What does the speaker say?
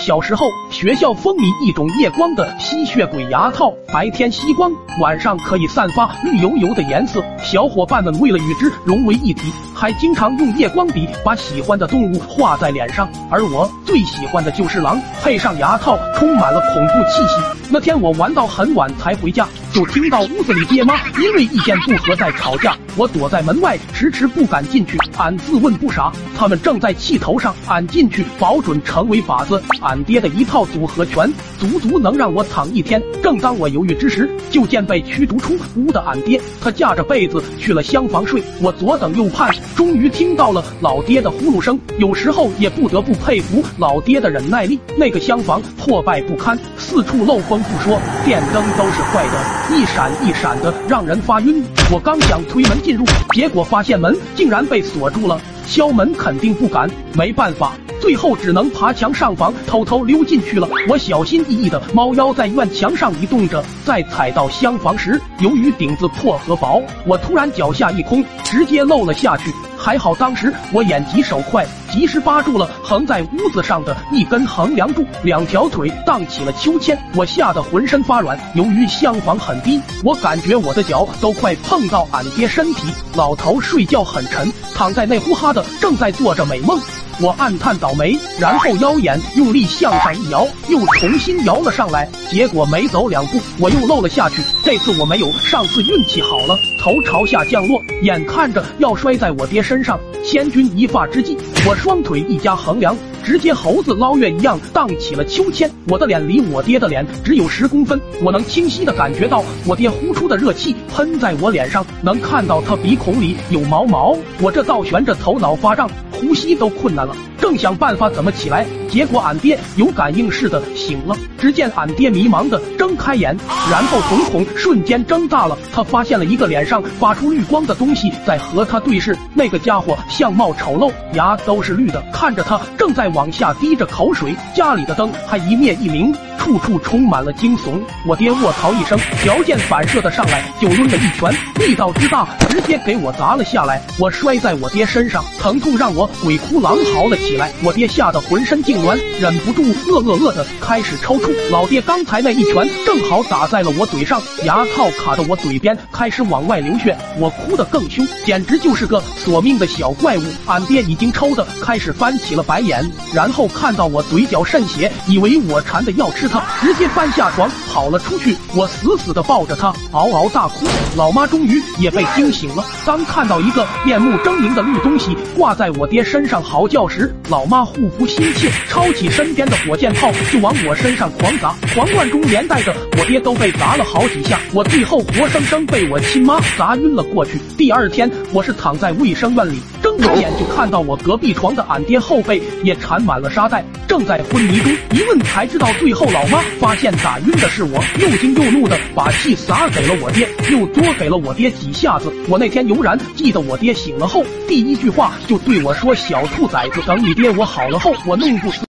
小时候，学校风靡一种夜光的吸血鬼牙套，白天吸光，晚上可以散发绿油油的颜色。小伙伴们为了与之融为一体，还经常用夜光笔把喜欢的动物画在脸上。而我最喜欢的就是狼，配上牙套，充满了恐怖气息。那天我玩到很晚才回家，就听到屋子里爹妈因为意见不合在吵架。我躲在门外，迟迟不敢进去。俺自问不傻，他们正在气头上，俺进去保准成为靶子。俺爹的一套组合拳，足能让我躺一天。正当我犹豫之时，就见被驱逐出屋的俺爹，他架着被子去了厢房睡。我左等右盼，终于听到了老爹的呼噜声。有时候也不得不佩服老爹的忍耐力。那个厢房破败不堪，四处漏风不说，电灯都是坏的，一闪一闪的，让人发晕。我刚想推门进入，结果发现门竟然被锁住了，敲门肯定不敢，没办法，最后只能爬墙上房，偷偷溜进去了。我小心翼翼的猫腰在院墙上移动着，在踩到厢房时，由于顶子破和薄，我突然脚下一空，直接漏了下去。还好当时我眼疾手快，及时扒住了横在屋子上的一根横梁柱，两条腿荡起了秋千，我吓得浑身发软。由于厢房很低，我感觉我的脚都快碰到俺爹身体。老头睡觉很沉，躺在那呼哈的正在做着美梦。我暗叹倒霉，然后腰眼用力向上一摇，又重新摇了上来，结果没走两步，我又漏了下去。这次我没有上次运气好了，头朝下降落，眼看着要摔在我爹身上。千钧一发之际，我双腿一夹横梁，直接猴子捞月一样荡起了秋千。我的脸离我爹的脸只有10公分，我能清晰地感觉到我爹呼出的热气喷在我脸上，能看到他鼻孔里有毛毛。我这倒悬着头脑发胀，呼吸都困难了，正想办法怎么起来，结果俺爹有感应似的醒了。只见俺爹迷茫地睁开眼，然后瞳孔瞬间睁大了，他发现了一个脸上发出绿光的东西在和他对视。那个家伙相貌丑陋，牙都是绿的，看着他正在往下滴着口水，家里的灯还一灭一明，处处充满了惊悚。我爹卧槽一声，条件反射的上来就抡了一拳，力道之大，直接给我砸了下来。我摔在我爹身上，疼痛让我鬼哭狼嚎了起来。我爹吓得浑身痉挛，忍不住的开始抽搐。老爹刚才那一拳正好打在了我嘴上，牙套卡得我嘴边开始往外流血，我哭得更凶，简直就是个索命的小怪物。俺爹已经抽得开始翻起了白眼，然后看到我嘴角渗血，以为我馋的要吃他，直接翻下床跑了出去。我死的抱着他嗷嗷大哭。老妈终于也被惊醒了，当看到一个面目狰狞的绿东西挂在我爹身上嚎叫时，老妈护肤心切，抄起身边的火箭炮就往我身上狂砸，狂乱中连带着我爹都被砸了好几下，我最后活生生被我亲妈砸晕了过去。第二天我是躺在卫生院里，睁着眼就看到我隔壁床的俺爹后背也缠满了沙袋，正在昏迷中。一问才知道，最后老妈发现打晕的是我，又惊又怒的把气撒给了我爹，又多给了我爹几下子。我那天悠然记得我爹醒了后第一句话就对我说：小兔崽子，等你爹我好了后，我弄不死